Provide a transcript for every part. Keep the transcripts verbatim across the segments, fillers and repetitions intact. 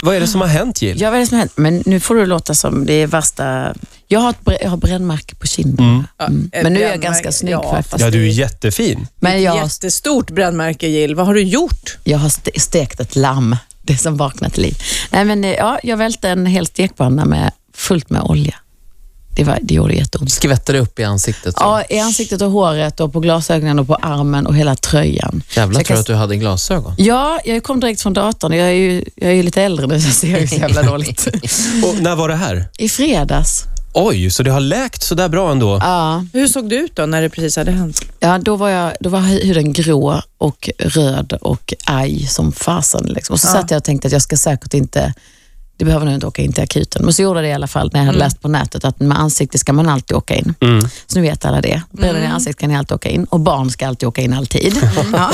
vad är det som har hänt, Jill? Ja, vad är det som har hänt? Men nu får du låta som det är värsta... Jag har, ett, jag har brännmärke på kinden. Mm. Mm. Men nu är jag ganska snygg ja, faktiskt. Ja, du är jättefin. Men jag, ett jättestort brännmärke, Jill. Vad har du gjort? Jag har ste- stekt ett lamm. Det som vaknat till liv. Nej, men ja, jag välte en hel stekpanna med fullt med olja. Det, var, det gjorde jätteont. Skvättade upp i ansiktet? Så. Ja, i ansiktet och håret och på glasögonen och på armen och hela tröjan. Jävlar, tror kan... du att du hade glasögon? Ja, jag kom direkt från datorn. Jag är ju, jag är ju lite äldre nu så jag ser ju så jävla dåligt. Och när var det här? I fredags. Oj, så det har läkt så där bra ändå. Ja. Hur såg det ut då när det precis hade hänt? Ja, då var, jag, då var huden grå och röd och aj som fasen. Liksom. Och så ja. satt jag och tänkte att jag ska säkert inte... Det behöver nog inte åka in till akuten. Men så gjorde det i alla fall när jag hade mm. läst på nätet att med ansikte ska man alltid åka in. Mm. Så nu vet alla det. Bränner mm. i ansikte kan ni alltid åka in. Och barn ska alltid åka in alltid. Mm. Ja.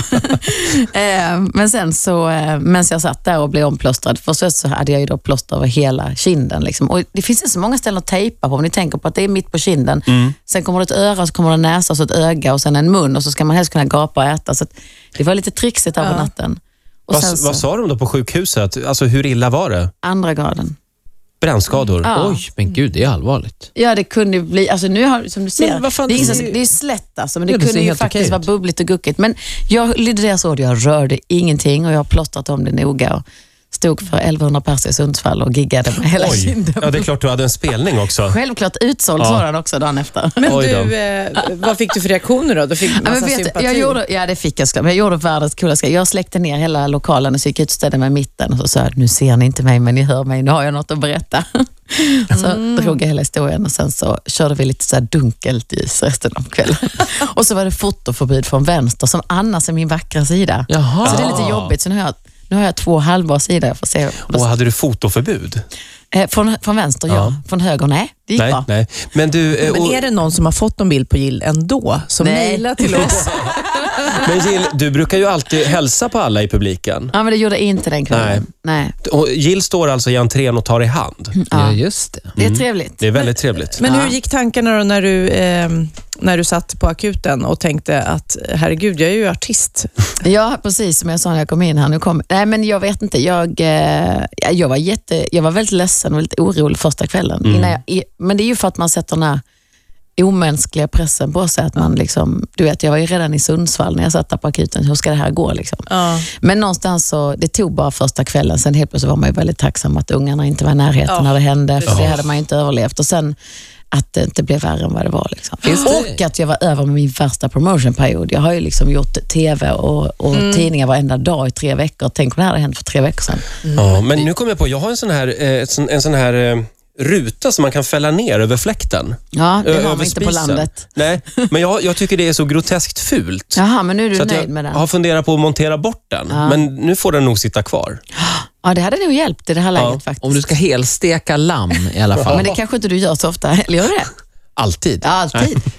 Men sen så, medan jag satt där och blev omplåstrad, först så hade jag ju då plåster över hela kinden. Liksom. Och det finns inte så många ställen att tejpa på. Om ni tänker på att det är mitt på kinden. Mm. Sen kommer det ett öra, så kommer det en näsa, så ett öga och sen en mun. Och så ska man helst kunna gapa och äta. Så det var lite trixigt över ja. natten. Vad, så, vad sa de då på sjukhuset? Alltså hur illa var det? Andra graden. Brännskador? Ja. Oj, men gud, det är allvarligt. Ja, det kunde ju bli, alltså nu har, som du ser, fan, det, är det, så, det är slätt alltså, men det, ja, det kunde ju faktiskt okej. vara bubbligt och guckigt. Men jag lydde deras ord, jag rörde ingenting och jag har plåstrat om det noga och stod för elvahundra pers i Sundsvall och giggade med hela Oj. kinden. Ja, det är klart du hade en spelning också. Självklart utsåld ja. sådan också dagen efter. Men du, eh, vad fick du för reaktioner då? Du fick massa ja, men vet, sympati. Jag gjorde, ja, det fick jag. Men jag gjorde världens coolaste grej. Jag släckte ner hela lokalen och så gick jag ut och ställde mig i mitten och så sa jag, nu ser ni inte mig men ni hör mig, nu har jag något att berätta. Så mm. drog jag hela historien och sen så körde vi lite så här dunkelt ljus resten av kvällen. Och så var det fotoförbud från vänster som annars är min vackra sida. Jaha. Så det är lite jobbigt. Så nu har jag, nu har jag två halvbara sidor. Jag får se. Och hade du fotoförbud? Eh, från, från vänster, ja. ja. Från höger, nej. Det gick nej, bra. Nej. Men, du, eh, Men är det någon som har fått en bild på Jill ändå? Som mejlar till oss. Men Jill, du brukar ju alltid hälsa på alla i publiken. Ja, men det gjorde inte den kvällen. Nej. Nej. Och Jill står alltså i entrén och tar i hand. Ja, ja just det. Det är trevligt. Det är väldigt trevligt. Men ja. hur gick tankarna då när du, eh, när du satt på akuten och tänkte att herregud, jag är ju artist? Ja, precis som jag sa när jag kom in här. Nu kom, nej, men jag vet inte. Jag, eh, jag, var, jätte, jag var väldigt ledsen och väldigt orolig första kvällen. Mm. Innan jag, men det är ju för att man sätter den här omänskliga pressen på sig att man liksom, du vet, jag var ju redan i Sundsvall när jag satt där på akuten, hur ska det här gå liksom? Ja. Men någonstans så, det tog bara första kvällen, sen helt plötsligt var man ju väldigt tacksam att ungarna inte var i närheten ja. när det hände, för ja. det hade man ju inte överlevt och sen att det inte blev värre än vad det var liksom. Och att jag var över med min värsta promotionperiod. Jag har ju liksom gjort tv och, och mm. tidningar varenda dag i tre veckor. Tänk om det här hade hänt för tre veckor sedan. Mm. Ja, men nu kommer jag på, jag har en sån här, eh, en sån här eh, ruta som man kan fälla ner över fläkten. Ja, det Ö- har man inte på landet. Nej, men jag, jag tycker det är så groteskt fult. Jaha, men nu är du så nöjd jag med den. Jag har funderat på att montera bort den. Ja. Men nu får den nog sitta kvar. Ja, det hade nog hjälpt i det här läget ja. faktiskt. Om du ska helsteka lamm i alla fall. Men det kanske inte du gör så ofta. Eller gör du det? Alltid. Ja, alltid.